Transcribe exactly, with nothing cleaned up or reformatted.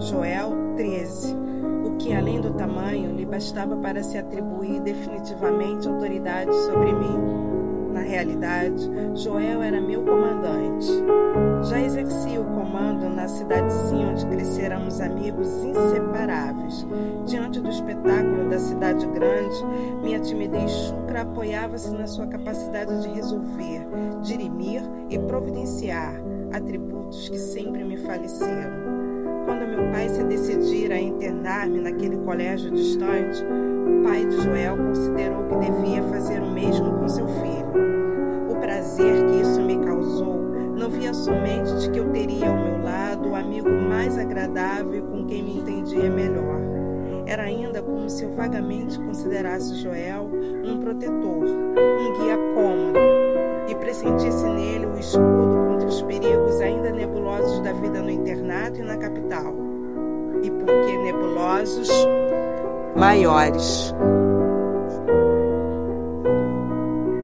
Joel treze, o que, além do tamanho, lhe bastava para se atribuir definitivamente autoridade sobre mim. Na realidade, Joel era meu comandante. Já exercia o comando na cidadezinha onde cresceramos amigos inseparáveis. Diante do espetáculo da cidade grande, minha timidez chucra apoiava-se na sua capacidade de resolver, dirimir e providenciar, atributos que sempre me faleceram. Quando meu pai se decidira a internar-me naquele colégio distante, o pai de Joel considerou que devia fazer o mesmo com seu filho. O prazer que isso me causou não via somente de que eu teria ao meu lado o amigo mais agradável e com quem me entendia melhor. Era ainda como se eu vagamente considerasse Joel um protetor, um guia cômodo, e pressentisse nele o escudo contra os perigos ainda nebulosos da vida no internato e na capital. E por que nebulosos? Maiores.